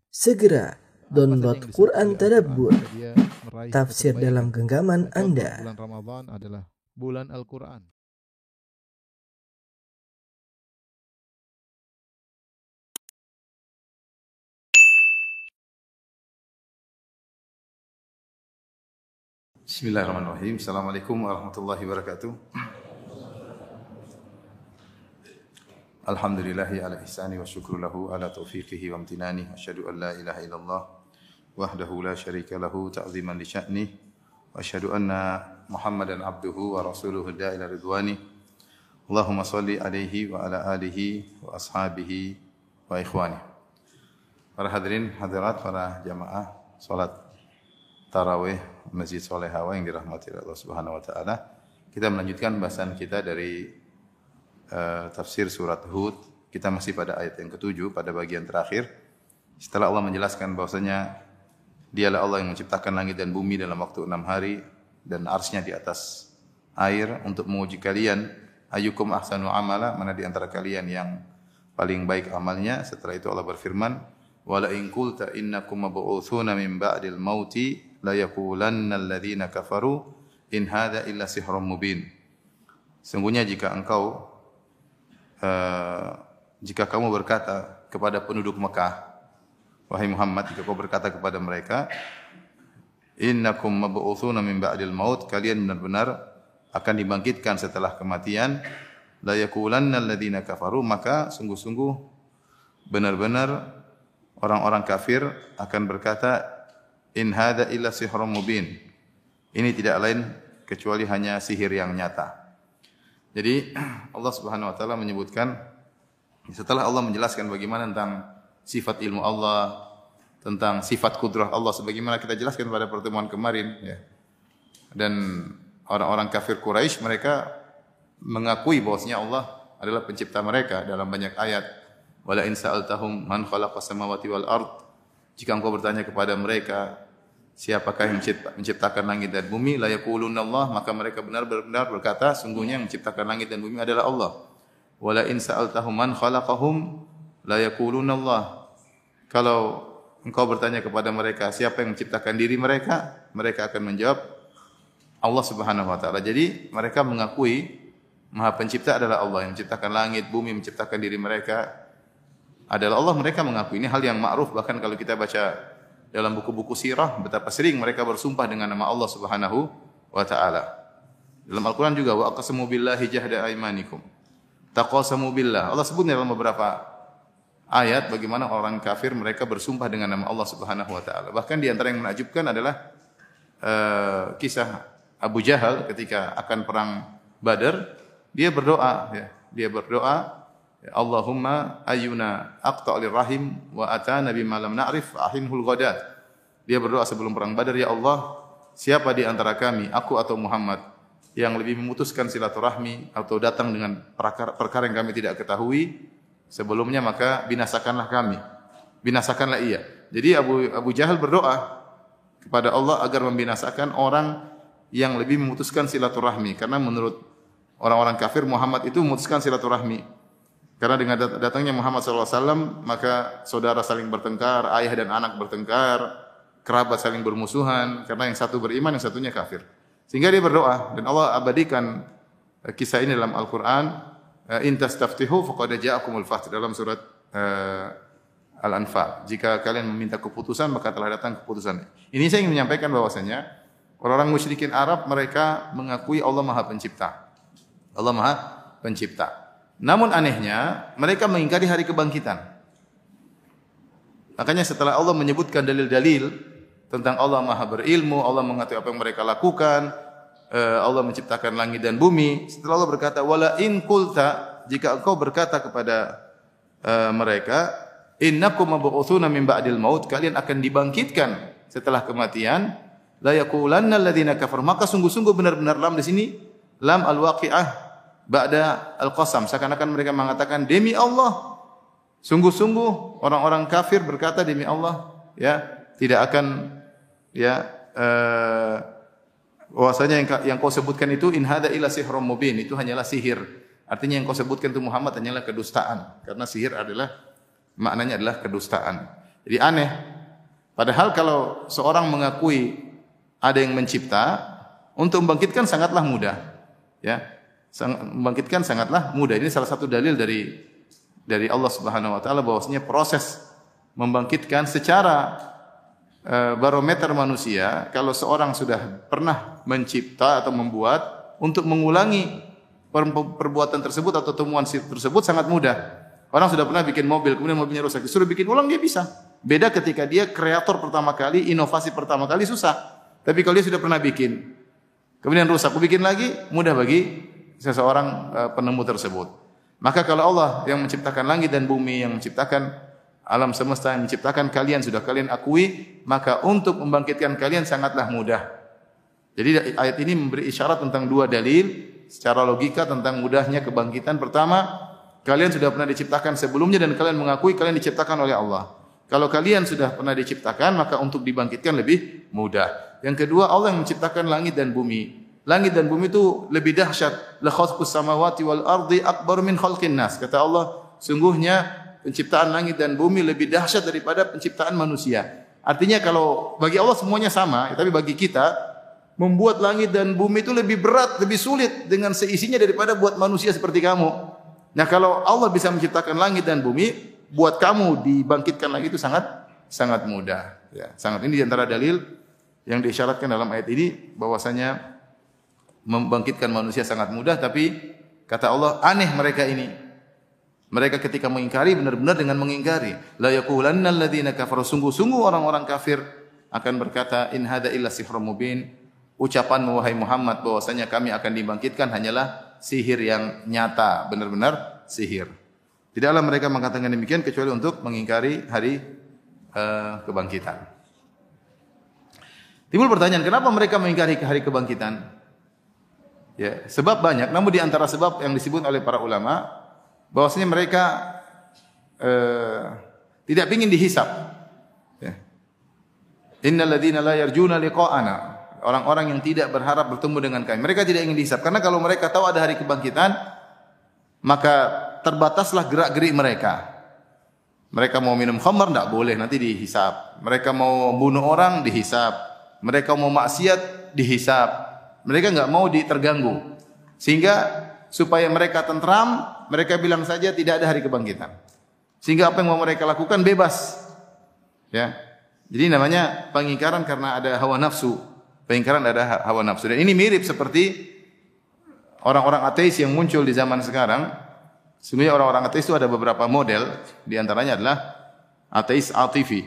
Segera download Quran Tadabbur, dia meraih tafsir kebaikan. dalam genggaman Contoh, Anda. Bulan Ramadan adalah bulan Al-Quran. Bismillahirrahmanirrahim. Assalamualaikum warahmatullahi wabarakatuh. Alhamdulillahi ala ihsani wa syukru lahu ala taufiqihi wa amtinani. Asyhadu an la ilaha illallah wahdahu la syarika lahu ta'ziman li sya'nih. Wa asyhadu anna Muhammadan abduhu wa rasuluhu da'ila ridwani. Allahumma salli alaihi wa ala alihi wa ashabihi wa ikhwani. Para hadirin hadirat, para jamaah salat tarawih Masjid Solehawa yang dirahmati Allah Subhanahu wa taala. Kita melanjutkan bahasan kita dari tafsir surat Hud. Kita masih pada ayat yang ke-7 pada bagian terakhir. Setelah Allah menjelaskan bahwasanya Dialah Allah yang menciptakan langit dan bumi dalam waktu 6 hari dan arsy-Nya di atas air untuk menguji kalian, ayyukum ahsanu amala, mana di antara kalian yang paling baik amalnya. Setelah itu Allah berfirman, wala in qulta innakum mab'utsuna min ba'dil mauti la yaqulanna alladziina kafaru in hadza illa sihrun mubin. Sungguhnya jika kamu berkata kepada penduduk Mekah, wahai Muhammad, jika kau berkata kepada mereka, innakum mab'utsuna min ba'dil maut, kalian benar-benar akan dibangkitkan setelah kematian, la yaqulanna alladziina kafaru, maka sungguh-sungguh benar-benar orang-orang kafir akan berkata, in hadza illa sihrun mubin. Ini tidak lain kecuali hanya sihir yang nyata. Jadi Allah Subhanahu wa taala menyebutkan, setelah Allah menjelaskan bagaimana tentang sifat ilmu Allah, tentang sifat kudrah Allah sebagaimana kita jelaskan pada pertemuan kemarin, ya. Dan orang-orang kafir Quraisy mereka mengakui bahwasanya Allah adalah pencipta mereka dalam banyak ayat. Wala in sa'altahum man khalaqas samawati wal ard, jika engkau bertanya kepada mereka siapakah yang menciptakan langit dan bumi, la yaqulunna Allah, maka mereka benar-benar berkata sungguhnya yang menciptakan langit dan bumi adalah Allah. Wala in sa'altahum man khalaqahum la yaqulunna Allah, kalau engkau bertanya kepada mereka siapa yang menciptakan diri mereka, mereka akan menjawab Allah Subhanahu wa taala. Jadi mereka mengakui Maha Pencipta adalah Allah, yang menciptakan langit, bumi, menciptakan diri mereka adalah Allah. Mereka mengakui, ini hal yang ma'ruf. Bahkan kalau kita baca dalam buku-buku sirah, betapa sering mereka bersumpah dengan nama Allah Subhanahu wa taala. Dalam Al-Qur'an juga, wa aqsamu billahi jahda aymanikum, taqasamu billah. Allah sebutnya dalam beberapa ayat bagaimana orang kafir mereka bersumpah dengan nama Allah Subhanahu wa taala. Bahkan di antara yang menakjubkan adalah kisah Abu Jahal ketika akan perang Badar, dia berdoa, ya. Dia berdoa, Allahumma ayyuna aqta'lir rahim wa atana bima lam na'rif ahinhul ghadat. Dia berdoa sebelum perang Badar, ya Allah, siapa di antara kami, aku atau Muhammad, yang lebih memutuskan silaturahmi atau datang dengan perkara yang kami tidak ketahui sebelumnya, maka binasakanlah kami, binasakanlah ia. Jadi Abu Jahal berdoa kepada Allah agar membinasakan orang yang lebih memutuskan silaturahmi, karena menurut orang-orang kafir Muhammad itu memutuskan silaturahmi. Karena dengan datangnya Muhammad SAW, maka saudara saling bertengkar, ayah dan anak bertengkar, kerabat saling bermusuhan, karena yang satu beriman, yang satunya kafir. Sehingga dia berdoa, dan Allah abadikan kisah ini dalam Al-Quran. In tastaftihu faqad ja'akumul fath, dalam surat Al-Anfal. Jika kalian meminta keputusan, maka telah datang keputusan. Ini saya ingin menyampaikan bahwasanya orang-orang musyrikin Arab mereka mengakui Allah Maha Pencipta. Allah Maha Pencipta. Namun anehnya mereka mengingkari hari kebangkitan. Makanya setelah Allah menyebutkan dalil-dalil tentang Allah Maha berilmu, Allah mengetahui apa yang mereka lakukan, Allah menciptakan langit dan bumi. Setelah Allah berkata, wala in qulta, jika engkau berkata kepada mereka, innakum mab'utsuna min ba'dil maut, kalian akan dibangkitkan setelah kematian, la yaqulanna alladziina kafaru, maka sungguh-sungguh benar-benar lam di sini lam al-waqi'ah ba'da al-qasam, seakan-akan mereka mengatakan demi Allah. Sungguh-sungguh orang-orang kafir berkata demi Allah, ya, tidak akan, ya, bahwasanya yang kau sebutkan itu in hadza illa sihrun mubin, itu hanyalah sihir. Artinya yang kau sebutkan itu Muhammad hanyalah kedustaan, karena sihir adalah maknanya adalah kedustaan. Jadi aneh. Padahal kalau seorang mengakui ada yang mencipta, untuk membangkitkan sangatlah mudah. Ya. Membangkitkan sangatlah mudah. Ini salah satu dalil dari Allah Subhanahu wa taala bahwasanya proses membangkitkan secara barometer manusia, kalau seorang sudah pernah mencipta atau membuat, untuk mengulangi perbuatan tersebut atau temuan tersebut sangat mudah. Orang sudah pernah bikin mobil, kemudian mobilnya rusak, disuruh bikin ulang dia bisa. Beda ketika dia kreator pertama kali, inovasi pertama kali susah. Tapi kalau dia sudah pernah bikin, kemudian rusak, bikin lagi, mudah bagi seseorang penemu tersebut. Maka kalau Allah yang menciptakan langit dan bumi, yang menciptakan alam semesta, yang menciptakan kalian, sudah kalian akui, maka untuk membangkitkan kalian sangatlah mudah. Jadi ayat ini memberi isyarat tentang dua dalil secara logika tentang mudahnya kebangkitan. Pertama, kalian sudah pernah diciptakan sebelumnya dan kalian mengakui kalian diciptakan oleh Allah. Kalau kalian sudah pernah diciptakan, maka untuk dibangkitkan lebih mudah. Yang kedua, Allah yang menciptakan langit dan bumi. Langit dan bumi itu lebih dahsyat. La khalqus samawati wal ardi akbar min khalqin nas. Kata Allah, sungguhnya penciptaan langit dan bumi lebih dahsyat daripada penciptaan manusia. Artinya kalau bagi Allah semuanya sama, tapi bagi kita membuat langit dan bumi itu lebih berat, lebih sulit dengan seisinya daripada buat manusia seperti kamu. Nah, kalau Allah bisa menciptakan langit dan bumi, buat kamu dibangkitkan lagi itu sangat mudah. Ya, sangat. Ini di antara dalil yang diisyaratkan dalam ayat ini bahwasanya membangkitkan manusia sangat mudah, tapi kata Allah, aneh mereka ini. Mereka ketika mengingkari benar-benar dengan mengingkari. La yaqulanna alladziina kafaru, sungguh-sungguh orang-orang kafir akan berkata, in hada illa sihrun mubin. Ucapanmu wahai Muhammad bahwasanya kami akan dibangkitkan hanyalah sihir yang nyata, benar-benar sihir. Tidaklah mereka mengatakan demikian kecuali untuk mengingkari hari kebangkitan. Timbul pertanyaan, kenapa mereka mengingkari hari kebangkitan? Ya, sebab banyak, namun di antara sebab yang disebut oleh para ulama bahwasanya mereka tidak ingin dihisab. Ya. Innal ladzina la yarjuna liqa'ana. Orang-orang yang tidak berharap bertemu dengan kami. Mereka tidak ingin dihisab. Karena kalau mereka tahu ada hari kebangkitan, maka terbataslah gerak-gerik mereka. Mereka mau minum khamar, tidak boleh, nanti dihisab. Mereka mau bunuh orang, dihisab. Mereka mau maksiat, dihisab. Mereka enggak mau terganggu. Sehingga supaya mereka tentram, mereka bilang saja tidak ada hari kebangkitan. Sehingga apa yang mau mereka lakukan bebas. Ya. Jadi namanya pengingkaran karena ada hawa nafsu. Pengingkaran ada hawa nafsu. Dan ini mirip seperti orang-orang ateis yang muncul di zaman sekarang. Sebenarnya orang-orang ateis itu ada beberapa model. Di antaranya adalah ateis atifi.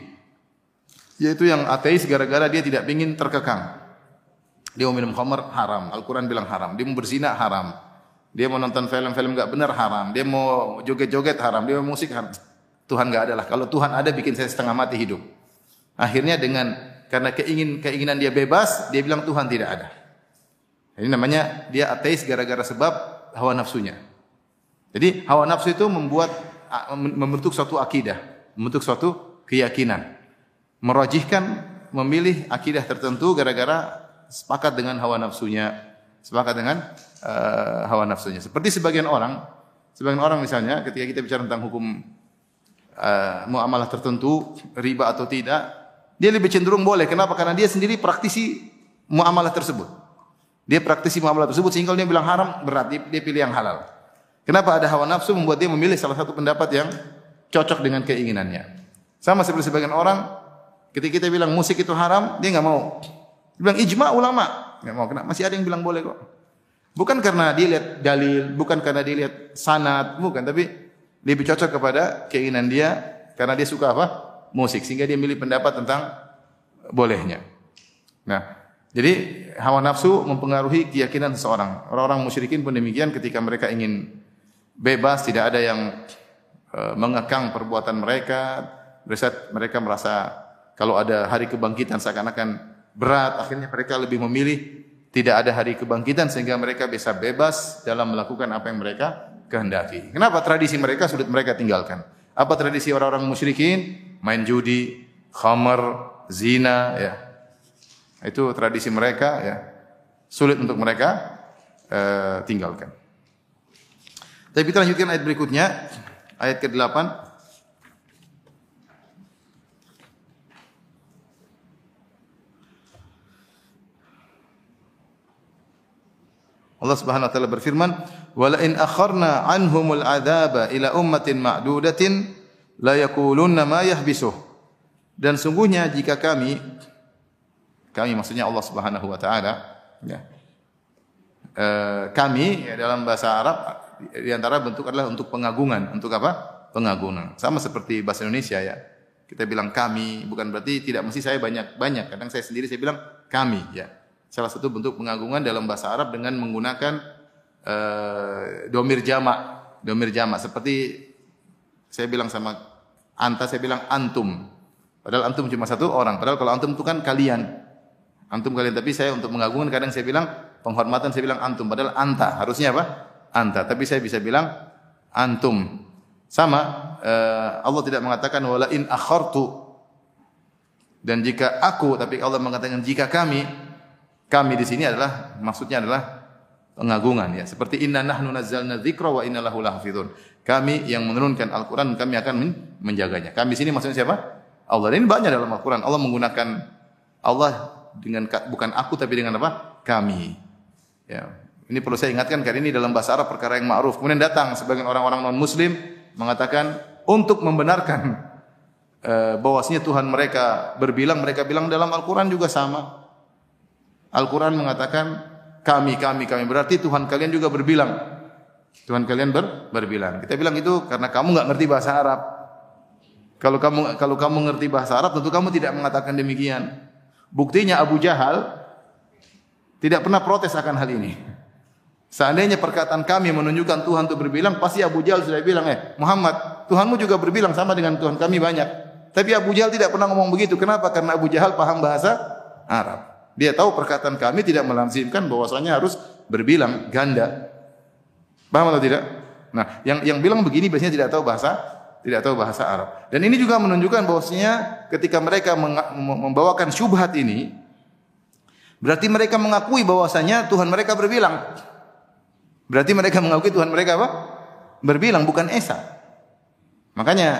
Yaitu yang ateis gara-gara dia tidak ingin terkekang. Dia mau minum khamar haram. Al-Quran bilang haram. Dia mau berzina haram. Dia mau nonton film-film enggak benar haram. Dia mau joget-joget haram. Dia mau musik haram. Tuhan enggak ada lah. Kalau Tuhan ada bikin saya setengah mati hidup. Akhirnya karena keinginan dia bebas, dia bilang Tuhan tidak ada. Ini namanya dia ateis gara-gara sebab hawa nafsunya. Jadi hawa nafsu itu membentuk suatu akidah, membentuk suatu keyakinan. Merajihkan, memilih akidah tertentu gara-gara sepakat dengan hawa nafsunya. Sepakat dengan hawa nafsunya. Seperti sebagian orang misalnya ketika kita bicara tentang hukum muamalah tertentu, riba atau tidak, dia lebih cenderung boleh. Kenapa? Karena dia sendiri praktisi muamalah tersebut. Dia praktisi muamalah tersebut sehingga dia bilang haram berat, dia pilih yang halal. Kenapa? Ada hawa nafsu membuat dia memilih salah satu pendapat yang cocok dengan keinginannya. Sama seperti sebagian orang ketika kita bilang musik itu haram, dia enggak mau. Dia bilang ijma ulama, enggak mau. Kenapa? Masih ada yang bilang boleh kok. Bukan karena dia lihat dalil, bukan karena dia lihat sanad, bukan, tapi lebih cocok kepada keinginan dia karena dia suka apa? Musik, sehingga dia milih pendapat tentang bolehnya. Nah, jadi hawa nafsu mempengaruhi keyakinan seseorang. Orang-orang musyrikin pun demikian ketika mereka ingin bebas, tidak ada yang mengekang perbuatan mereka. Mereka merasa kalau ada hari kebangkitan seakan-akan berat, akhirnya mereka lebih memilih tidak ada hari kebangkitan sehingga mereka bisa bebas dalam melakukan apa yang mereka kehendaki. Kenapa? Tradisi mereka sulit mereka tinggalkan. Apa tradisi orang-orang musyrikin? Main judi, khamar, zina, ya. Itu tradisi mereka, ya. Sulit untuk mereka tinggalkan. Tapi kita lanjutkan ayat berikutnya, ayat ke-8. Allah Subhanahu wa taala berfirman, "Wa la in akharna anhumul adzaba ila ummatin ma'dudatin la yaqulunna ma yahbisuh." Dan sungguhnya jika kami maksudnya Allah Subhanahu wa taala, ya. Kami ya, dalam bahasa Arab di antara bentuk adalah untuk pengagungan. Untuk apa? Pengagungan. Sama seperti bahasa Indonesia ya. Kita bilang kami, bukan berarti tidak mesti saya banyak. Kadang saya sendiri saya bilang kami ya. Salah satu bentuk pengagungan dalam bahasa Arab dengan menggunakan domir jamak. Seperti saya bilang sama anta, saya bilang antum. Padahal antum cuma satu orang. Padahal kalau antum itu kan kalian. Antum kalian. Tapi saya untuk mengagungkan kadang saya bilang penghormatan, saya bilang antum. Padahal anta. Harusnya apa? Anta. Tapi saya bisa bilang antum. Sama. Allah tidak mengatakan wala in akhartu. Dan jika aku, tapi Allah mengatakan jika kami di sini adalah maksudnya adalah pengagungan ya. Seperti inna nahnu nazzalna dzikra wa inna lahu lahafizun. Kami yang menurunkan Al-Qur'an, kami akan menjaganya. Kami sini maksudnya siapa? Allah. Dan ini banyak dalam Al-Qur'an. Allah menggunakan Allah dengan bukan aku tapi dengan apa? Kami. Ya. Ini perlu saya ingatkan karena ini dalam bahasa Arab perkara yang ma'ruf. Kemudian datang sebagian orang-orang non-muslim mengatakan untuk membenarkan bahwasanya Tuhan mereka mereka bilang dalam Al-Qur'an juga sama. Al-Quran mengatakan kami. Berarti Tuhan kalian juga berbilang. Tuhan kalian berbilang. Kita bilang itu karena kamu enggak ngerti bahasa Arab. Kalau kamu ngerti bahasa Arab, tentu kamu tidak mengatakan demikian. Buktinya Abu Jahal tidak pernah protes akan hal ini. Seandainya perkataan kami menunjukkan Tuhan itu berbilang, pasti Abu Jahal sudah bilang, Muhammad, Tuhanmu juga berbilang sama dengan Tuhan kami banyak. Tapi Abu Jahal tidak pernah ngomong begitu. Kenapa? Karena Abu Jahal paham bahasa Arab. Dia tahu perkataan kami tidak melazimkan bahwasanya harus berbilang ganda. Paham atau tidak? Nah, yang bilang begini biasanya tidak tahu bahasa Arab. Dan ini juga menunjukkan bahwasanya ketika mereka membawakan syubhat ini, berarti mereka mengakui bahwasanya Tuhan mereka berbilang. Berarti mereka mengakui Tuhan mereka apa? Berbilang, bukan esa. Makanya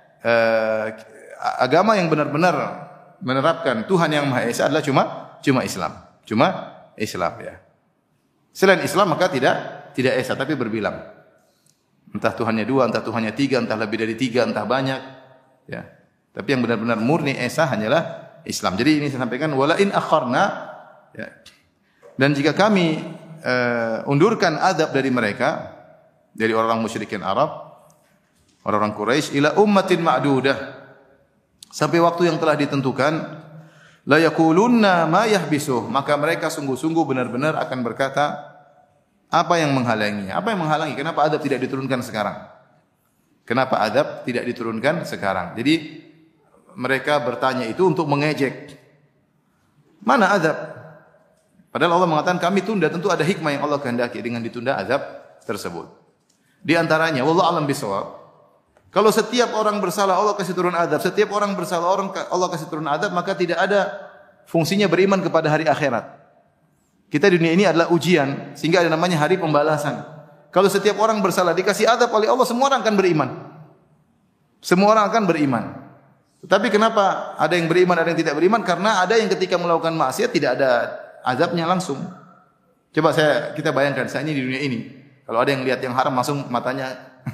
agama yang benar-benar menerapkan Tuhan yang Maha Esa adalah cuma Islam. Cuma Islam ya. Selain Islam maka tidak esa tapi berbilang. Entah Tuhannya 2, entah Tuhannya 3, entah lebih dari 3, entah banyak ya. Tapi yang benar-benar murni esa hanyalah Islam. Jadi ini saya sampaikan wala in akharna ya. Dan jika kami undurkan adab dari mereka, dari orang musyrikin Arab, orang-orang Quraisy ila ummatin ma'dudah, sampai waktu yang telah ditentukan, la yaqulunna ma yahbisuh, maka mereka sungguh-sungguh benar-benar akan berkata apa yang menghalanginya. Apa yang menghalangi? Kenapa adab tidak diturunkan sekarang? Kenapa adab tidak diturunkan sekarang? Jadi mereka bertanya itu untuk mengejek. Mana adab? Padahal Allah mengatakan kami tunda, tentu ada hikmah yang Allah kehendaki dengan ditunda azab tersebut. Di antaranya, wallahu a'lam bishawab, kalau setiap orang bersalah Allah kasih turun azab, setiap orang bersalah Allah kasih turun azab, maka tidak ada fungsinya beriman kepada hari akhirat. Kita di dunia ini adalah ujian, sehingga ada namanya hari pembalasan. Kalau setiap orang bersalah dikasih azab oleh Allah, semua orang akan beriman. Semua orang akan beriman. Tetapi kenapa ada yang beriman, ada yang tidak beriman? Karena ada yang ketika melakukan maksiat tidak ada azabnya langsung. Coba kita bayangkan, saya ini di dunia ini, kalau ada yang lihat yang haram langsung matanya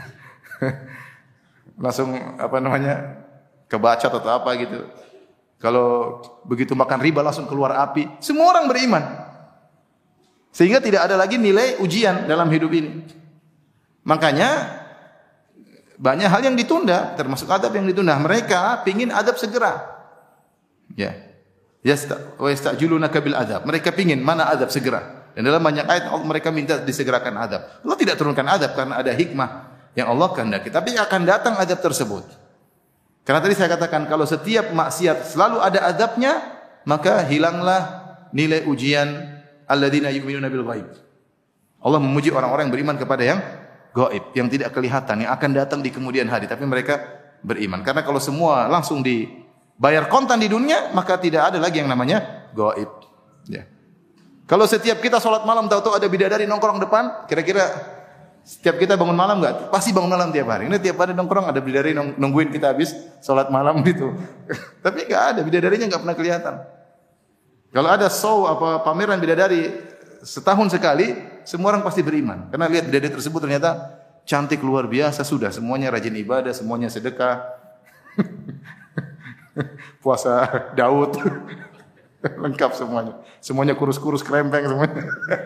langsung kebacot atau apa gitu. Kalau begitu makan riba langsung keluar api. Semua orang beriman. Sehingga tidak ada lagi nilai ujian dalam hidup ini. Makanya banyak hal yang ditunda, termasuk adab yang ditunda. Mereka pingin adab segera. Ya. Wa yastajilunaka bil adab. Mereka pingin mana adab segera. Dan dalam banyak ayat mereka minta disegerakan adab. Allah tidak turunkan adab karena ada hikmah yang Allah kehendaki. Tapi akan datang adab tersebut. Karena tadi saya katakan kalau setiap maksiat selalu ada adabnya, maka hilanglah nilai ujian alladzina yu'minuna bil ghaib. Allah memuji orang-orang yang beriman kepada yang gaib, yang tidak kelihatan, yang akan datang di kemudian hari, tapi mereka beriman. Karena kalau semua langsung dibayar kontan di dunia, maka tidak ada lagi yang namanya gaib. Ya. Kalau setiap kita sholat malam tahu-tahu ada bidadari nongkrong depan, kira-kira setiap kita bangun malam enggak? Pasti bangun malam tiap hari. Ini tiap hari nongkrong ada bidadari nungguin kita habis sholat malam gitu. Tapi enggak ada, bidadarinya enggak pernah kelihatan. Kalau ada show pameran bidadari setahun sekali, semua orang pasti beriman. Karena lihat bidadari tersebut ternyata cantik luar biasa, sudah semuanya rajin ibadah, semuanya sedekah. Puasa Daud. Lengkap semuanya. Semuanya kurus-kurus krempeng semuanya.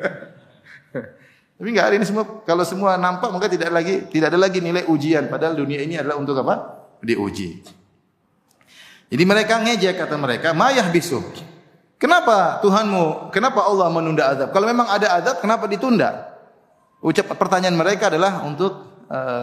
Tapi enggak, hari ini semua kalau semua nampak maka tidak ada lagi nilai ujian, padahal dunia ini adalah untuk apa? Diuji. Jadi mereka ngejek, kata mereka, "Mayah bisu." Kenapa Tuhanmu, kenapa Allah menunda azab? Kalau memang ada azab, kenapa ditunda? Pertanyaan mereka adalah untuk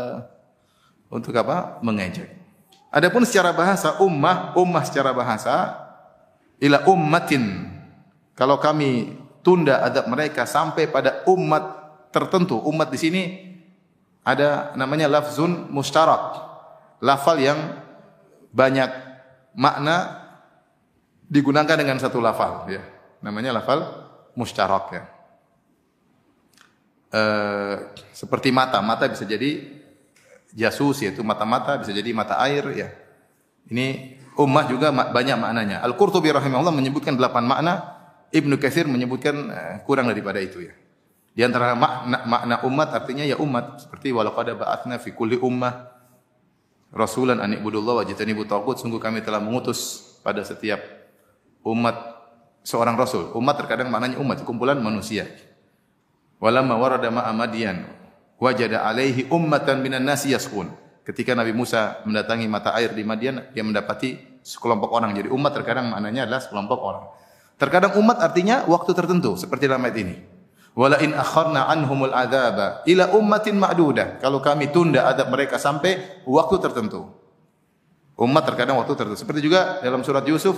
apa? Mengejek. Adapun secara bahasa ummah secara bahasa ila ummatin. Kalau kami tunda azab mereka sampai pada umat tertentu. Umat di sini ada namanya lafzun mustarak. Lafal yang banyak makna digunakan dengan satu lafal, ya. Namanya lafal mustarak, ya. Seperti mata bisa jadi jasus, yaitu mata-mata, bisa jadi mata air, ya. Ini ummah juga banyak maknanya. Al-Qurtubi rahimahullah menyebutkan 8 makna, Ibnu Katsir menyebutkan kurang daripada itu, ya. Di antara makna umat artinya ya umat, seperti walaqad ba'atsna fi kulli ummah rasulan an ibudullah wajtanibu taghut, sungguh kami telah mengutus pada setiap umat seorang rasul. Umat terkadang maknanya umat, kumpulan manusia. Walamma warada ma'a Madyan wajada alaihi ummatan minan nasi yasqun. Ketika Nabi Musa mendatangi mata air di Madian, dia mendapati sekelompok orang. Jadi umat terkadang maknanya adalah sekelompok orang. Terkadang umat artinya waktu tertentu, seperti dalam ayat ini. Wala in akharna anhumul adzaba ila ummatin ma'dudah. Kalau kami tunda adab mereka sampai waktu tertentu. Umat terkadang waktu tertentu. Seperti juga dalam surat Yusuf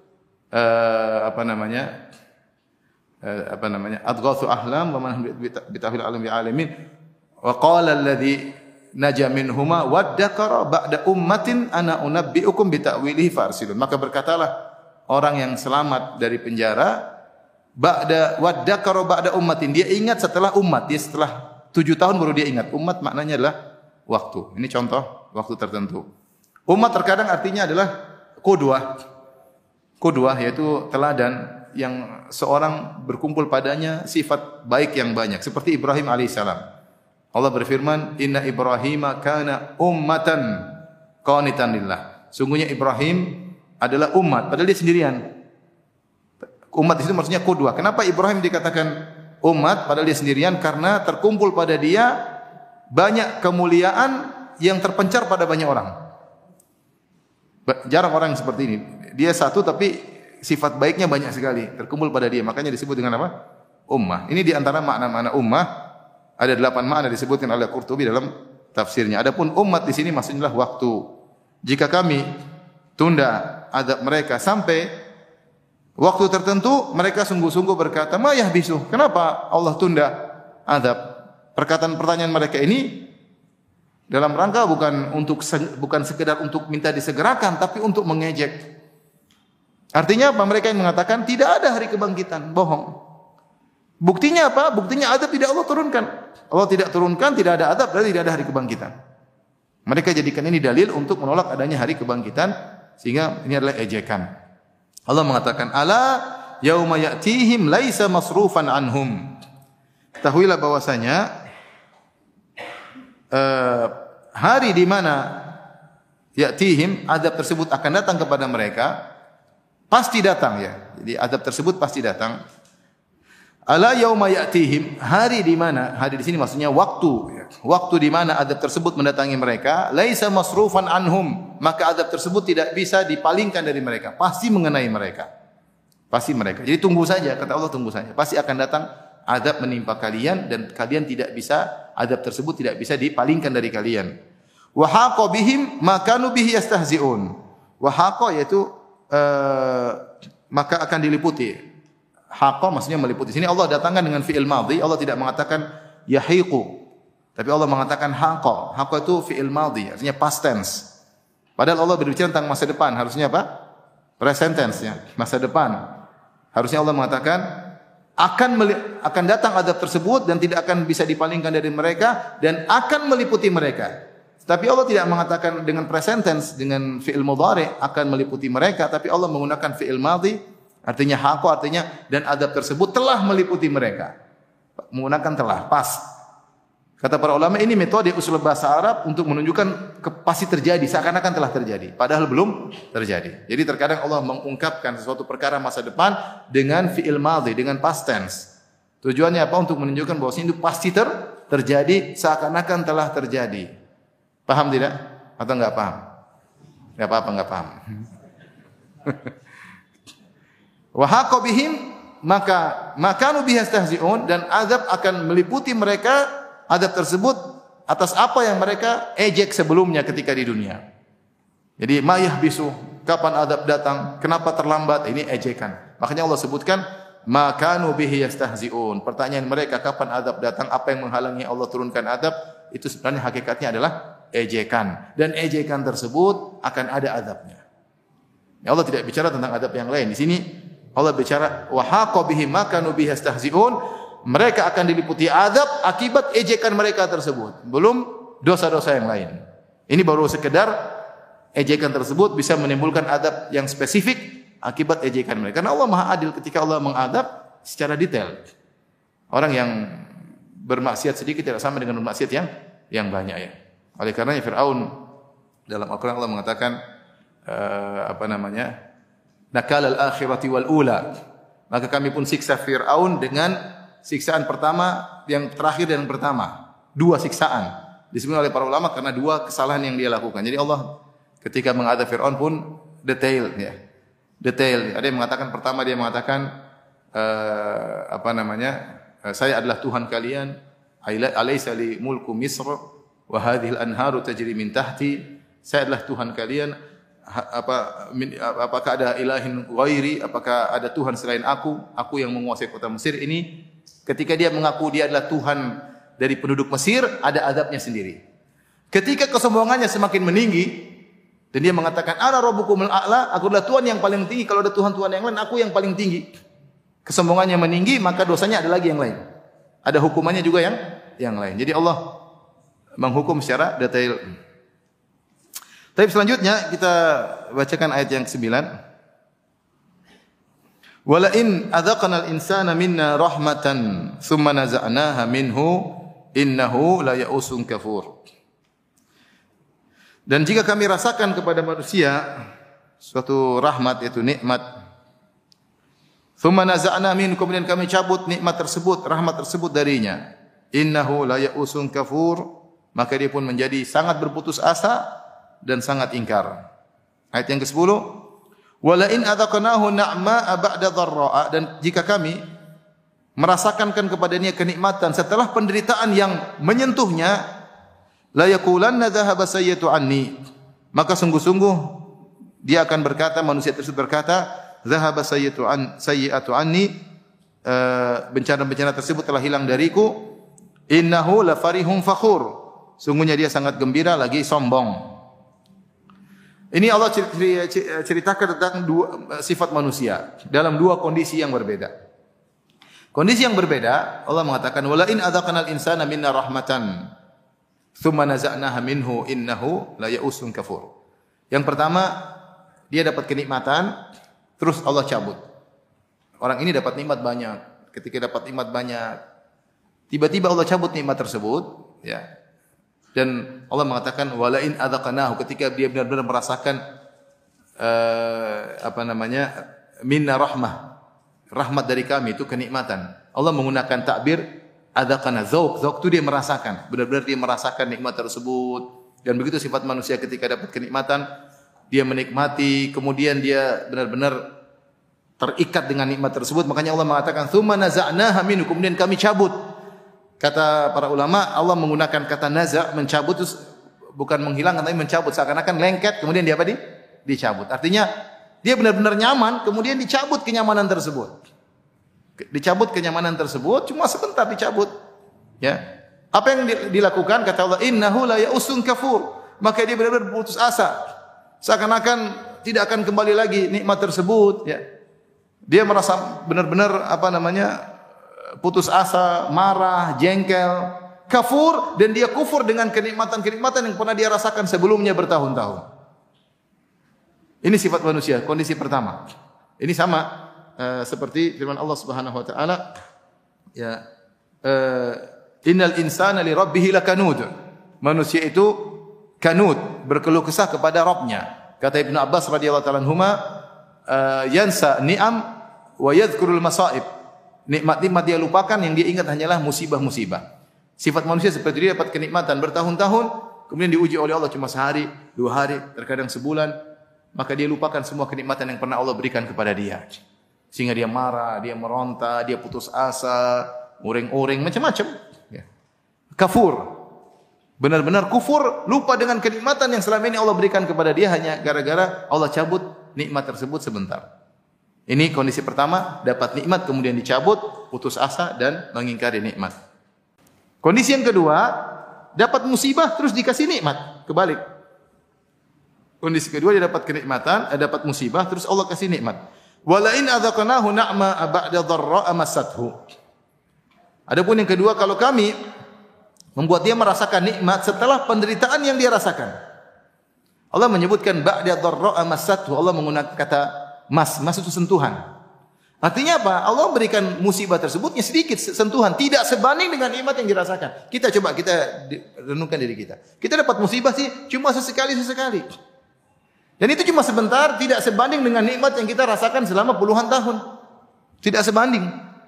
adghatsu ahlam wa man bitahwil alim bi alamin wa qala alladhi naja minhuma waddakara ba'da ummatin ana unabbiukum bi ta'wilihi farsilun. Maka berkatalah orang yang selamat dari penjara waddakara ba'da ummatin, dia ingat setelah umat, dia setelah 7 tahun baru dia ingat. Umat maknanya adalah waktu. Ini contoh waktu tertentu. Umat terkadang artinya adalah qudwah. Qudwah yaitu teladan yang seorang berkumpul padanya sifat baik yang banyak, seperti Ibrahim alaihissalam. Allah berfirman, "Inna Ibrahima kana ummatan qanitan lillah." Sungguhnya Ibrahim adalah umat, padahal dia sendirian. Umat itu maksudnya qudwah. Kenapa Ibrahim dikatakan umat padahal dia sendirian? Karena terkumpul pada dia banyak kemuliaan yang terpencar pada banyak orang. Jarang orang seperti ini. Dia satu tapi sifat baiknya banyak sekali terkumpul pada dia. Makanya disebut dengan apa? Ummah. Ini di antara makna-makna ummah. Ada 8 makna disebutkan oleh Qurtubi dalam tafsirnya. Adapun umat di sini maksudnya waktu. Jika kami tunda azab mereka sampai waktu tertentu, mereka sungguh-sungguh berkata, "Mayah bisu." Kenapa Allah tunda azab? Pertanyaan mereka ini dalam rangka bukan sekedar untuk minta disegerakan, tapi untuk mengejek. Artinya apa? Mereka yang mengatakan tidak ada hari kebangkitan, bohong. Buktinya apa? Buktinya azab tidak Allah turunkan. Allah tidak turunkan, tidak ada azab, berarti tidak ada hari kebangkitan. Mereka jadikan ini dalil untuk menolak adanya hari kebangkitan, sehingga ini adalah ejekan. Allah mengatakan, "Ala yauma ya'tihim laisa masrufan anhum." Ketahuilah bahwasanya hari di mana ya'tihim, azab tersebut akan datang kepada mereka, pasti datang, ya. Jadi azab tersebut pasti datang. Ala yauma ya'tihim, hari di mana? Hari di sini maksudnya waktu, ya. Waktu di mana azab tersebut mendatangi mereka, laisa masrufan anhum, maka azab tersebut tidak bisa dipalingkan dari mereka, pasti mengenai mereka. Pasti mereka. Jadi tunggu saja, kata Allah, tunggu saja. Pasti akan datang azab menimpa kalian dan kalian tidak bisa, azab tersebut tidak bisa dipalingkan dari kalian. Wa haqa bihim ma kanu bihi yastahzi'un. Wa haqa yaitu maka akan diliputi. Haqa maksudnya meliputi. Sini Allah datangkan dengan fi'il madhi, Allah tidak mengatakan yahiqu, tapi Allah mengatakan haqa. Haqa itu fi'il madhi, artinya past tense. Padahal Allah berbicara tentang masa depan, harusnya apa? Present tense, ya, masa depan. Harusnya Allah mengatakan akan datang azab tersebut dan tidak akan bisa dipalingkan dari mereka dan akan meliputi mereka. Tapi Allah tidak mengatakan dengan present tense, dengan fi'il mudhari akan meliputi mereka, tapi Allah menggunakan fi'il madhi, artinya haqa, artinya dan azab tersebut telah meliputi mereka. menggunakan telah, pas. Kata para ulama ini metode usul bahasa Arab untuk menunjukkan pasti terjadi, seakan-akan telah terjadi, padahal belum terjadi. Jadi terkadang Allah mengungkapkan sesuatu perkara masa depan dengan fi'il madhi, dengan past tense. Tujuannya apa? Untuk menunjukkan bahwa itu pasti terjadi, seakan-akan telah terjadi. Paham tidak? Atau enggak paham? Enggak apa-apa, enggak paham. Wa haqa bihim, maka makanu bihi yastahzi'un, dan azab akan meliputi mereka. Adab tersebut atas apa yang mereka ejek sebelumnya ketika di dunia. Jadi mayah bisu, kapan adab datang, kenapa terlambat, ini ejekan. Makanya Allah sebutkan makanu bihi yastahzi'un. Pertanyaan mereka kapan adab datang, apa yang menghalangi Allah turunkan adab, itu sebenarnya hakikatnya adalah ejekan. Dan ejekan tersebut akan ada adabnya. Ya, Allah tidak bicara tentang adab yang lain. Di sini Allah bicara wa haqa bihi makanu bihi yastahzi'un. Mereka akan diliputi azab akibat ejekan mereka tersebut. Belum dosa-dosa yang lain. Ini baru sekedar ejekan tersebut bisa menimbulkan azab yang spesifik akibat ejekan mereka. Karena Allah Maha Adil ketika Allah mengadab secara detail. Orang yang bermaksiat sedikit tidak sama dengan bermaksiat yang banyak ya. Oleh karenanya Fir'aun dalam Al-Qur'an Allah mengatakan nakal al-akhirati wal ula. Maka kami pun siksa Fir'aun dengan siksaan pertama, yang terakhir dan yang pertama. 2 siksaan. Disebut oleh para ulama karena 2 kesalahan yang dia lakukan. Jadi Allah ketika mengadab Fir'aun pun detail ya. Detail. Ada yang mengatakan pertama dia mengatakan saya adalah Tuhan kalian. Alaysa li mulku Misr wa hadhihi al-anharu tajri min tahti. Saya adalah Tuhan kalian. Apakah ada ilahin ghairi? Apakah ada Tuhan selain aku? Aku yang menguasai kota Mesir ini. Ketika dia mengaku dia adalah Tuhan dari penduduk Mesir, ada azabnya sendiri. Ketika kesombongannya semakin meninggi dan dia mengatakan ana rabbukumul a'la, aku adalah Tuhan yang paling tinggi, kalau ada Tuhan-tuhan yang lain aku yang paling tinggi. Kesombongannya meninggi, maka dosanya ada lagi yang lain. Ada hukumannya juga yang lain. Jadi Allah menghukum secara detail. Tapi selanjutnya kita bacakan ayat yang ke-9. Wala in adzaqnal insana minna rahmatan thumma naza'naha minhu innahu la ya'usun kafur. Dan jika kami rasakan kepada manusia suatu rahmat, yaitu nikmat, thumma naza'na min, kemudian kami cabut nikmat tersebut, rahmat tersebut darinya, innahu la ya'usun kafur, maka dia pun menjadi sangat berputus asa dan sangat ingkar. Ayat yang ke-10, wala in adzaqnahu na'ma ba'da dharra'a, dan jika kami merasakan kepadanya kenikmatan setelah penderitaan yang menyentuhnya, la yaqulanna dhahaba sayyi'atu anni, maka sungguh-sungguh dia akan berkata, manusia tersebut berkata, dhahaba sayyi'atu anni, bencana-bencana tersebut telah hilang dariku, innahu la farihun fakhur, sungguhnya dia sangat gembira lagi sombong. Ini Allah ceritakan tentang 2 sifat manusia dalam 2 kondisi yang berbeda. Kondisi yang berbeda, Allah mengatakan wala in adzaqnal insana minna rahmatan thumma naza'naha minhu innahu la ya'usun kafur. Yang pertama, dia dapat kenikmatan terus Allah cabut. Orang ini dapat nikmat banyak. Ketika dapat nikmat banyak, tiba-tiba Allah cabut nikmat tersebut, ya. Dan Allah mengatakan wala in adzaqnahu, ketika dia benar-benar merasakan minna rahmat dari kami, itu kenikmatan. Allah menggunakan takbir adzaqana, dzauq itu dia merasakan, benar-benar dia merasakan nikmat tersebut. Dan begitu sifat manusia ketika dapat kenikmatan, dia menikmati, kemudian dia benar-benar terikat dengan nikmat tersebut. Makanya Allah mengatakan tsumma naza'naha minhu, kemudian kami cabut. Kata para ulama, Allah menggunakan kata naza', mencabut, itu bukan menghilangkan tapi mencabut, seakan-akan lengket kemudian dia dicabut. Artinya dia benar-benar nyaman, kemudian dicabut kenyamanan tersebut. Dicabut kenyamanan tersebut, cuma sebentar dicabut. Ya. Apa yang dilakukan? Kata Allah, innahu la ya'usun kafur. Maka dia benar-benar putus asa. Seakan-akan tidak akan kembali lagi nikmat tersebut, ya. Dia merasa benar-benar putus asa, marah, jengkel, kafur, dan dia kufur dengan kenikmatan-kenikmatan yang pernah dia rasakan sebelumnya bertahun-tahun. Ini sifat manusia, kondisi pertama. Ini sama seperti firman Allah Subhanahu wa taala, ya, innal insana li rabbih lakanud. Manusia itu kanud, berkeluh kesah kepada Rabbnya. Kata Ibnu Abbas radhiyallahu ta'ala anhuma, yansa ni'am wa yadhkurul masaib. Nikmat-nikmat dia lupakan, yang dia ingat hanyalah musibah-musibah. Sifat manusia seperti dia dapat kenikmatan bertahun-tahun, kemudian diuji oleh Allah cuma sehari, 2 hari, terkadang sebulan, maka dia lupakan semua kenikmatan yang pernah Allah berikan kepada dia. Sehingga dia marah, dia meronta, dia putus asa, uring-uring, macam-macam. Ya. Kafur. Benar-benar kufur, lupa dengan kenikmatan yang selama ini Allah berikan kepada dia hanya gara-gara Allah cabut nikmat tersebut sebentar. Ini kondisi pertama, dapat nikmat kemudian dicabut, putus asa dan mengingkari nikmat. Kondisi yang kedua, dapat musibah terus dikasih nikmat, kebalik. Kondisi kedua dia dapat kenikmatan, dapat musibah terus Allah kasih nikmat. Wala in adzaqnahu na'ma ba'da dharra amassathu. Adapun yang kedua, kalau kami membuat dia merasakan nikmat setelah penderitaan yang dia rasakan. Allah menyebutkan ba'da dharra amassathu. Allah menggunakan kata mas itu sentuhan. Artinya apa? Allah berikan musibah tersebutnya sedikit sentuhan, tidak sebanding dengan nikmat yang dirasakan. Kita renungkan diri kita. Kita dapat musibah sih cuma sesekali. Dan itu cuma sebentar, tidak sebanding dengan nikmat yang kita rasakan selama puluhan tahun. Tidak sebanding.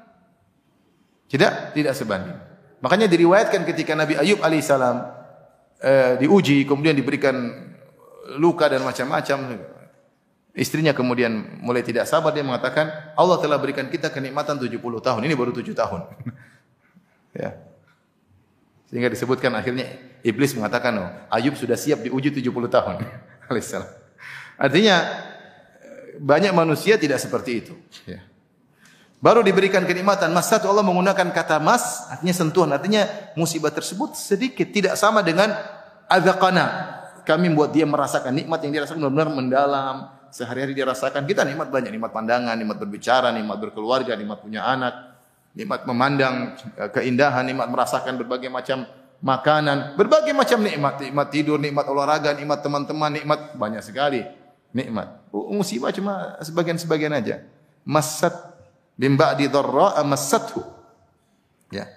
Tidak sebanding. Makanya diriwayatkan ketika Nabi Ayub alaihissalam diuji, kemudian diberikan luka dan macam-macam. Istrinya kemudian mulai tidak sabar, dia mengatakan, Allah telah berikan kita kenikmatan 70 tahun, ini baru 7 tahun. Ya. Sehingga disebutkan akhirnya iblis mengatakan, oh, Ayub sudah siap diuji 70 tahun. Alaihissalam. Artinya banyak manusia tidak seperti itu. Ya. Baru diberikan kenikmatan. Mas satu Allah menggunakan kata mas, artinya sentuhan, artinya musibah tersebut sedikit, tidak sama dengan adzaqana. Kami membuat dia merasakan nikmat yang dia rasakan benar-benar mendalam. Sehari-hari dia rasakan. Kita nikmat banyak, nikmat pandangan, nikmat berbicara, nikmat berkeluarga, nikmat punya anak, nikmat memandang keindahan, nikmat merasakan berbagai macam makanan, berbagai macam nikmat, nikmat tidur, nikmat olahraga, nikmat teman-teman, nikmat banyak sekali nikmat. Musibah cuma sebagian-sebagian aja. Masat min ba'di dharra amassathu. Ya.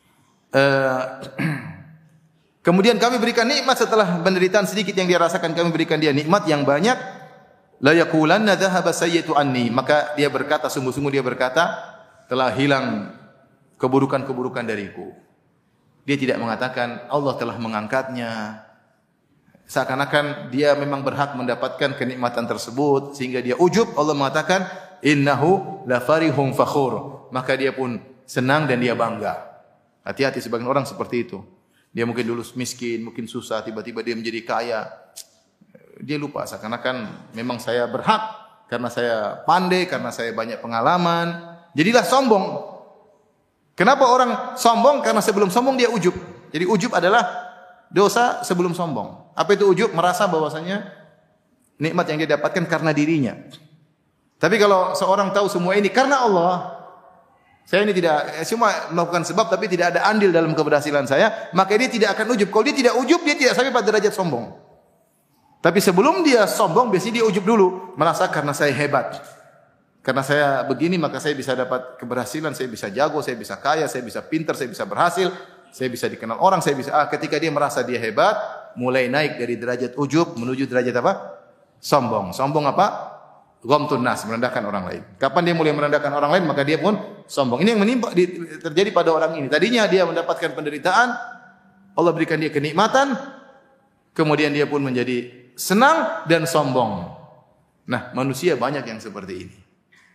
Kemudian kami berikan nikmat setelah penderitaan sedikit yang dia rasakan, kami berikan dia nikmat yang banyak. La yaqulanna dhahaba sayyi'atu anni, maka dia berkata, sungguh-sungguh dia berkata, telah hilang keburukan-keburukan dariku. Dia tidak mengatakan Allah telah mengangkatnya. Seakan-akan dia memang berhak mendapatkan kenikmatan tersebut sehingga dia ujub. Allah mengatakan innahu la farihun fakhur, maka dia pun senang dan dia bangga. Hati-hati sebagian orang seperti itu. Dia mungkin dulu miskin, mungkin susah, tiba-tiba dia menjadi kaya. Dia lupa seakan-akan memang saya berhak karena saya pandai, karena saya banyak pengalaman. Jadilah sombong. Kenapa orang sombong? Karena sebelum sombong dia ujub. Jadi ujub adalah dosa sebelum sombong. Apa itu ujub? Merasa bahwasanya nikmat yang dia dapatkan karena dirinya. Tapi kalau seorang tahu semua ini karena Allah, saya ini tidak cuma melakukan sebab tapi tidak ada andil dalam keberhasilan saya, maka dia tidak akan ujub. Kalau dia tidak ujub, dia tidak sampai pada derajat sombong. Tapi sebelum dia sombong, biasanya dia ujub dulu. Merasa karena saya hebat. Karena saya begini, maka saya bisa dapat keberhasilan, saya bisa jago, saya bisa kaya, saya bisa pintar, saya bisa berhasil, saya bisa dikenal orang, saya bisa... ketika dia merasa dia hebat, mulai naik dari derajat ujub, menuju derajat apa? Sombong. Sombong apa? Ghamtun nas, merendahkan orang lain. Kapan dia mulai merendahkan orang lain, maka dia pun sombong. Ini yang menimpa, terjadi pada orang ini. Tadinya dia mendapatkan penderitaan, Allah berikan dia kenikmatan, kemudian dia pun menjadi senang dan sombong. Nah, manusia banyak yang seperti ini.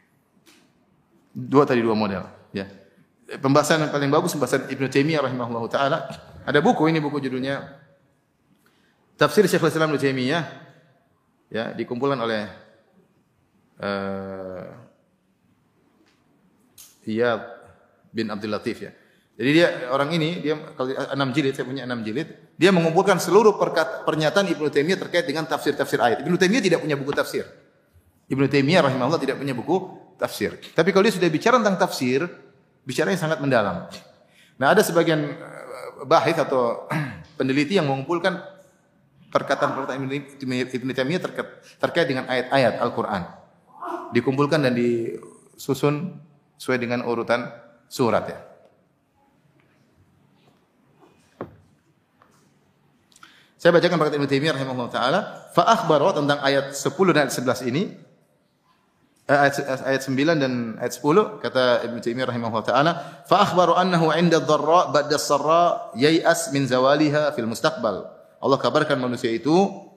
Dua model. Ya. Pembahasan yang paling bagus pembahasan Ibnu Taimiyah rahimahullahu taala. Ada buku, ini buku judulnya Tafsir Syekhul Islam Ibnu Taimiyah. Ya, dikumpulkan oleh Iyad bin Abdul Latif ya. Jadi dia orang ini dia kalau 6 jilid, saya punya 6 jilid, dia mengumpulkan seluruh pernyataan Ibnu Taimiyah terkait dengan tafsir-tafsir ayat. Ibnu Taimiyah tidak punya buku tafsir. Ibnu Taimiyah rahimahullah tidak punya buku tafsir. Tapi kalau dia sudah bicara tentang tafsir, bicaranya sangat mendalam. Nah, ada sebagian bahith atau peneliti yang mengumpulkan perkataan-perkataan Ibnu Taimiyah terkait dengan ayat-ayat Al-Qur'an. Dikumpulkan dan disusun sesuai dengan urutan surat ya. Saya bacakan perkataan Ibnu Taimiyah rahimahullah taala, fa akhbara tentang ayat 10 dan ayat 11 ini. Ayat 9 dan ayat 10 kata Ibnu Taimiyah rahimahullah taala, fa akhbaru annahu 'inda ad-dharra ba'da as-sarra yai'as min zawaliha fil mustaqbal. Allah kabarkan manusia itu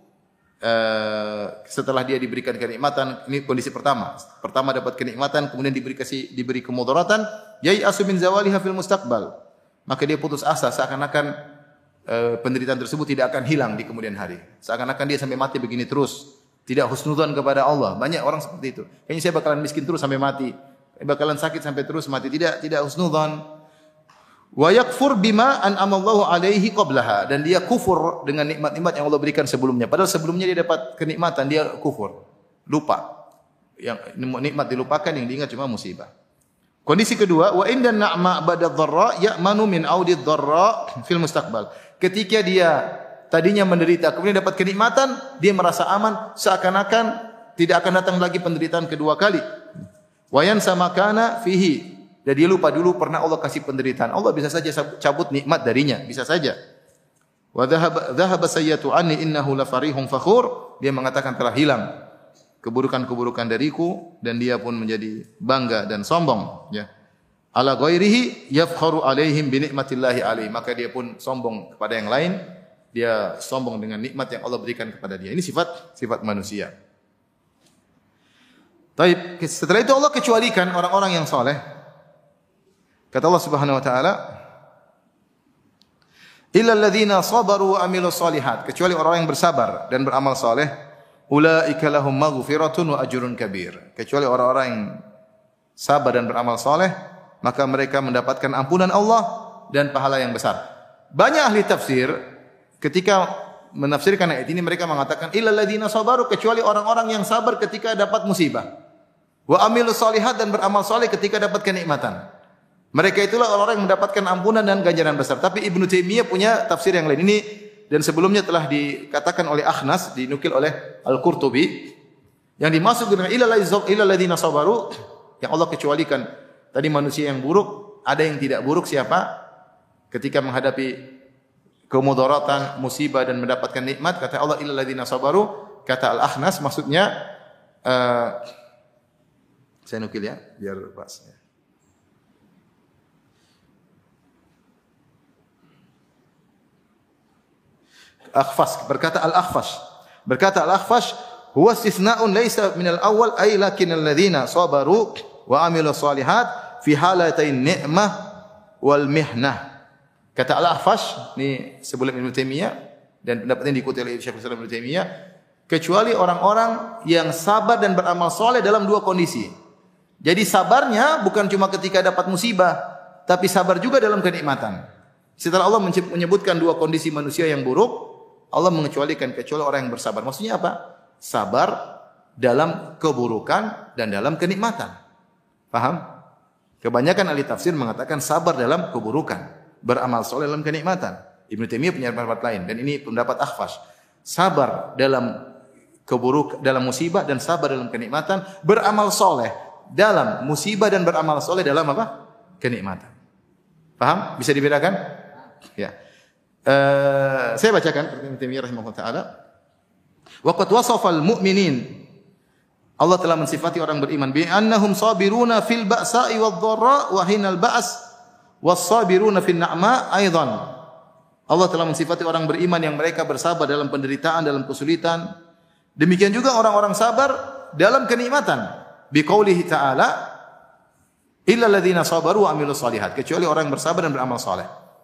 setelah dia diberikan kenikmatan, ini kondisi pertama. Pertama dapat kenikmatan, kemudian diberi kemudaratan, yai'asu min zawaliha fil mustaqbal. Maka dia putus asa seakan-akan penderitaan tersebut tidak akan hilang di kemudian hari. Seakan-akan dia sampai mati begini terus. Tidak husnudzon kepada Allah. Banyak orang seperti itu. Kayaknya saya bakalan miskin terus sampai mati. Bakalan sakit sampai terus mati. Tidak husnudzon. Wa yakfur bima an'amallahu alaihi qablaha, dan dia kufur dengan nikmat-nikmat yang Allah berikan sebelumnya. Padahal sebelumnya dia dapat kenikmatan, dia kufur. Lupa. Yang nikmat dilupakan, yang diingat cuma musibah. Kondisi kedua, wa inda na'ma ba'da dharra ya'manu min audi dharra fil mustaqbal. Ketika dia tadinya menderita, kemudian dapat kenikmatan, dia merasa aman, seakan-akan tidak akan datang lagi penderitaan kedua kali. Wa yansa makana fihi, dan dia lupa dulu pernah Allah kasih penderitaan. Allah bisa saja cabut nikmat darinya, bisa saja. Wa dhahaba sayyatu anni innahu la farihun fakhur, dia mengatakan telah hilang keburukan-keburukan dariku, dan dia pun menjadi bangga dan sombong, ya. Ala ghairihi yafkharu alaihim bi nikmatillahi alaihi, maka dia pun sombong kepada yang lain. Dia sombong dengan nikmat yang Allah berikan kepada dia. Ini sifat manusia. Taib. Setelah itu Allah kecualikan orang-orang yang saleh. Kata Allah Subhanahu wa taala, illal ladzina sabaru wa amilus solihat, kecuali orang yang bersabar dan beramal saleh, ulaika lahum maghfiratun wa ajrun kabir. Kecuali orang-orang yang sabar dan beramal saleh, maka mereka mendapatkan ampunan Allah dan pahala yang besar. Banyak ahli tafsir ketika menafsirkan ayat ini mereka mengatakan illal ladzina sabaru, kecuali orang-orang yang sabar ketika dapat musibah. Wa amilus solihat, dan beramal saleh ketika dapat kenikmatan. Mereka itulah orang-orang yang mendapatkan ampunan dan ganjaran besar. Tapi Ibnu Taimiyah punya tafsir yang lain ini, dan sebelumnya telah dikatakan oleh Akhnas, dinukil oleh Al-Qurtubi, yang dimaksud dengan illal ladzina sabaru, yang Allah kecualikan tadi manusia yang buruk. Ada yang tidak buruk siapa? Ketika menghadapi kemudaratan, musibah dan mendapatkan nikmat, kata Allah illal ladzina sabaru, kata Al-Akhnas maksudnya saya nukil ya biar pas ya. Berkata Al-Akhfash huwa istithna'un laysa min al-awwal ay lakin alladhina sabaru wa amilu shalihat fi halatain ni'mah wal mihnah. Kata Al-Akhfash, ini sebelum Ibnu Taimiyah, dan pendapat ini diikuti oleh Syekhul Islam Ibnu Taimiyah, kecuali orang-orang yang sabar dan beramal soleh dalam dua kondisi. Jadi sabarnya bukan cuma ketika dapat musibah, tapi sabar juga dalam kenikmatan. Setelah Allah menyebutkan dua kondisi manusia yang buruk, Allah mengecualikan kecuali orang yang bersabar. Maksudnya apa? Sabar dalam keburukan dan dalam kenikmatan. Paham? Kebanyakan ahli tafsir mengatakan sabar dalam keburukan, beramal soleh dalam kenikmatan. Ibnu Taimiyah punya pendapat lain, dan ini pendapat Akhfash. Sabar dalam dalam musibah dan sabar dalam kenikmatan, beramal soleh dalam musibah dan beramal soleh dalam apa? Kenikmatan. Paham? Bisa dibedakan? Ya. Saya bacakan Ibnu Taimiyah rahimahullah taala. Wa qad wasafal mu'minin, Allah telah mensifati orang beriman bi annahum sabiruna fil ba'sa'i wadh-dharra wa hinal ba's was-sabiruna fin na'ma aidan. Allah telah mensifati orang beriman yang mereka bersabar dalam penderitaan, dalam kesulitan. Demikian juga orang-orang sabar dalam kenikmatan. Bi qoulihi ta'ala illal ladzina sabaru wa amilus shalihat, kecuali orang yang bersabar dan beramal saleh.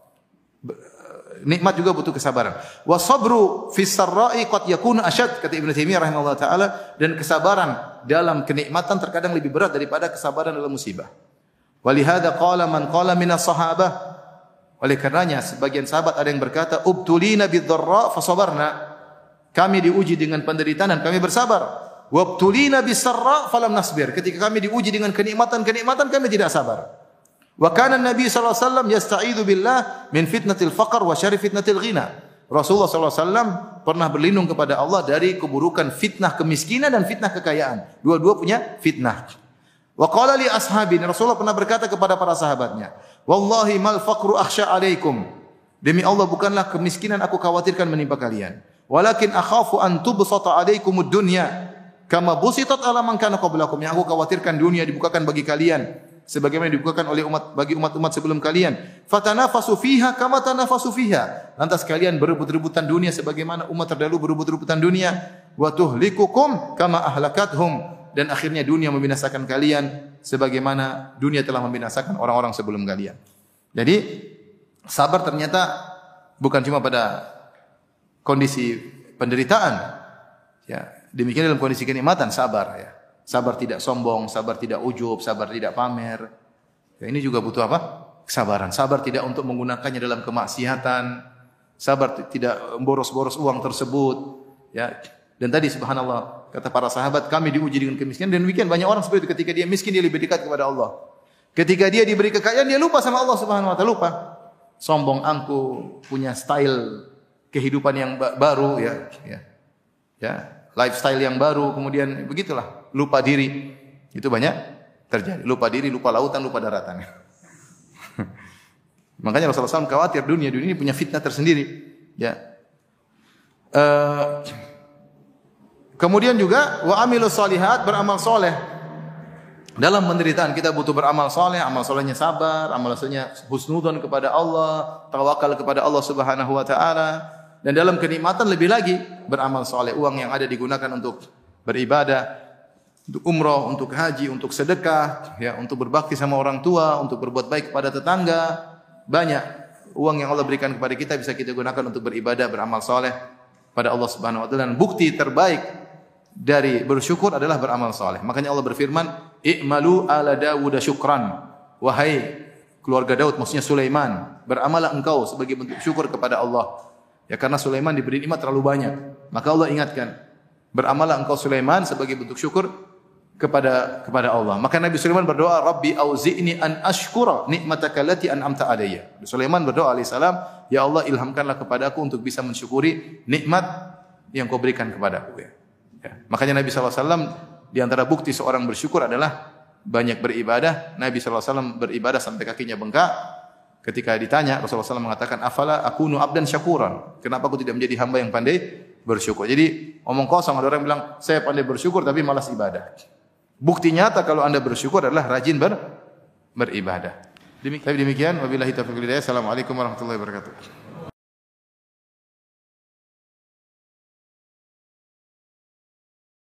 Nikmat juga butuh kesabaran. Wa sabru fis sarra'i qad yakunu asyad, kata Ibnu Taimiyah rahimahullah taala, dan kesabaran dalam kenikmatan terkadang lebih berat daripada kesabaran dalam musibah. Walihada qala man qala minas sahabah, oleh karenanya sebagian sahabat ada yang berkata ubtulina bidh-dharra fasabarna, kami diuji dengan penderitaan dan kami bersabar. Wabtulina bis-sarra falam nasbir, ketika kami diuji dengan kenikmatan kami tidak sabar. Wa kana Nabi sallallahu alaihi wasallam yasta'idzu billah min fitnatil faqr wa syarri fitnatil ghina. Rasulullah sallallahu alaihi wasallam pernah berlindung kepada Allah dari keburukan fitnah kemiskinan dan fitnah kekayaan. Dua-dua punya fitnah. Wa qala li ashabi, Rasulullah pernah berkata kepada para sahabatnya, wallahi mal faqru akhsha alaikum. Demi Allah bukanlah kemiskinan aku khawatirkan menimpa kalian. Walakin akhafu an tubsata 'alaikumud dunya kama busitat 'ala man kana qablakum. Yang aku khawatirkan dunia dibukakan bagi kalian sebagaimana dibukakan oleh umat-umat sebelum kalian. Fatanafasu fiha kama tanafasu fiha. Lantas kalian berebut-rebutan dunia sebagaimana umat terdahulu berebut-rebutan dunia. Wa tuhlikukum kama ahlakathum. Dan akhirnya dunia membinasakan kalian sebagaimana dunia telah membinasakan orang-orang sebelum kalian. Jadi sabar ternyata bukan cuma pada kondisi penderitaan. Ya, demikian dalam kondisi kenikmatan sabar ya. Sabar tidak sombong, sabar tidak ujub, sabar tidak pamer. Ya, ini juga butuh apa? Kesabaran. Sabar tidak untuk menggunakannya dalam kemaksiatan. Sabar tidak boros-boros uang tersebut. Ya. Dan tadi subhanallah kata para sahabat, kami diuji dengan kemiskinan dan demikian banyak orang seperti itu. Ketika dia miskin dia lebih dekat kepada Allah. Ketika dia diberi kekayaan dia lupa sama Allah Subhanahu wa taala, lupa. Sombong angku, punya style kehidupan yang baru ya. Ya, lifestyle yang baru, kemudian begitulah, lupa diri. Itu banyak terjadi. Lupa diri, lupa lautan, lupa daratan. Makanya Rasulullah SAW khawatir dunia ini punya fitnah tersendiri. Ya. Kemudian juga wa amilus solihat, beramal soleh. Dalam penderitaan kita butuh beramal soleh. Amal solehnya sabar, amal solehnya husnudzon kepada Allah, tawakal kepada Allah Subhanahu wa taala. Dan dalam kenikmatan lebih lagi beramal soleh. Uang yang ada digunakan untuk beribadah, untuk umroh, untuk haji, untuk sedekah, ya, untuk berbakti sama orang tua, untuk berbuat baik kepada tetangga. Banyak uang yang Allah berikan kepada kita bisa kita gunakan untuk beribadah, beramal soleh pada Allah Subhanahu wa taala. Dan bukti terbaik dari bersyukur adalah beramal soleh. Makanya Allah berfirman, "I'malu ala Dawud syukran." Wahai keluarga Daud, maksudnya Sulaiman, beramalah engkau sebagai bentuk syukur kepada Allah. Ya, karena Sulaiman diberi nikmat terlalu banyak. Maka Allah ingatkan, beramalah engkau Sulaiman sebagai bentuk syukur kepada Allah. Maka Nabi Sulaiman berdoa, "Rabbi auzi'ni an ashkura nikmataka allati an'amta alayya." Sulaiman berdoa alaihissalam, "Ya Allah, ilhamkanlah kepadaku untuk bisa mensyukuri nikmat yang kau berikan kepadaku." Ya. Makanya Nabi SAW di antara bukti seorang bersyukur adalah banyak beribadah. Nabi SAW beribadah sampai kakinya bengkak. Ketika ditanya, Rasulullah SAW mengatakan, "Afala akunu abdan syakuran?" Kenapa aku tidak menjadi hamba yang pandai bersyukur? Jadi omong kosong, ada orang bilang, "Saya pandai bersyukur tapi malas ibadah." Bukti nyata kalau Anda bersyukur adalah rajin beribadah. Demikian wabillahi taufiq wal hidayah. Assalamualaikum warahmatullahi wabarakatuh.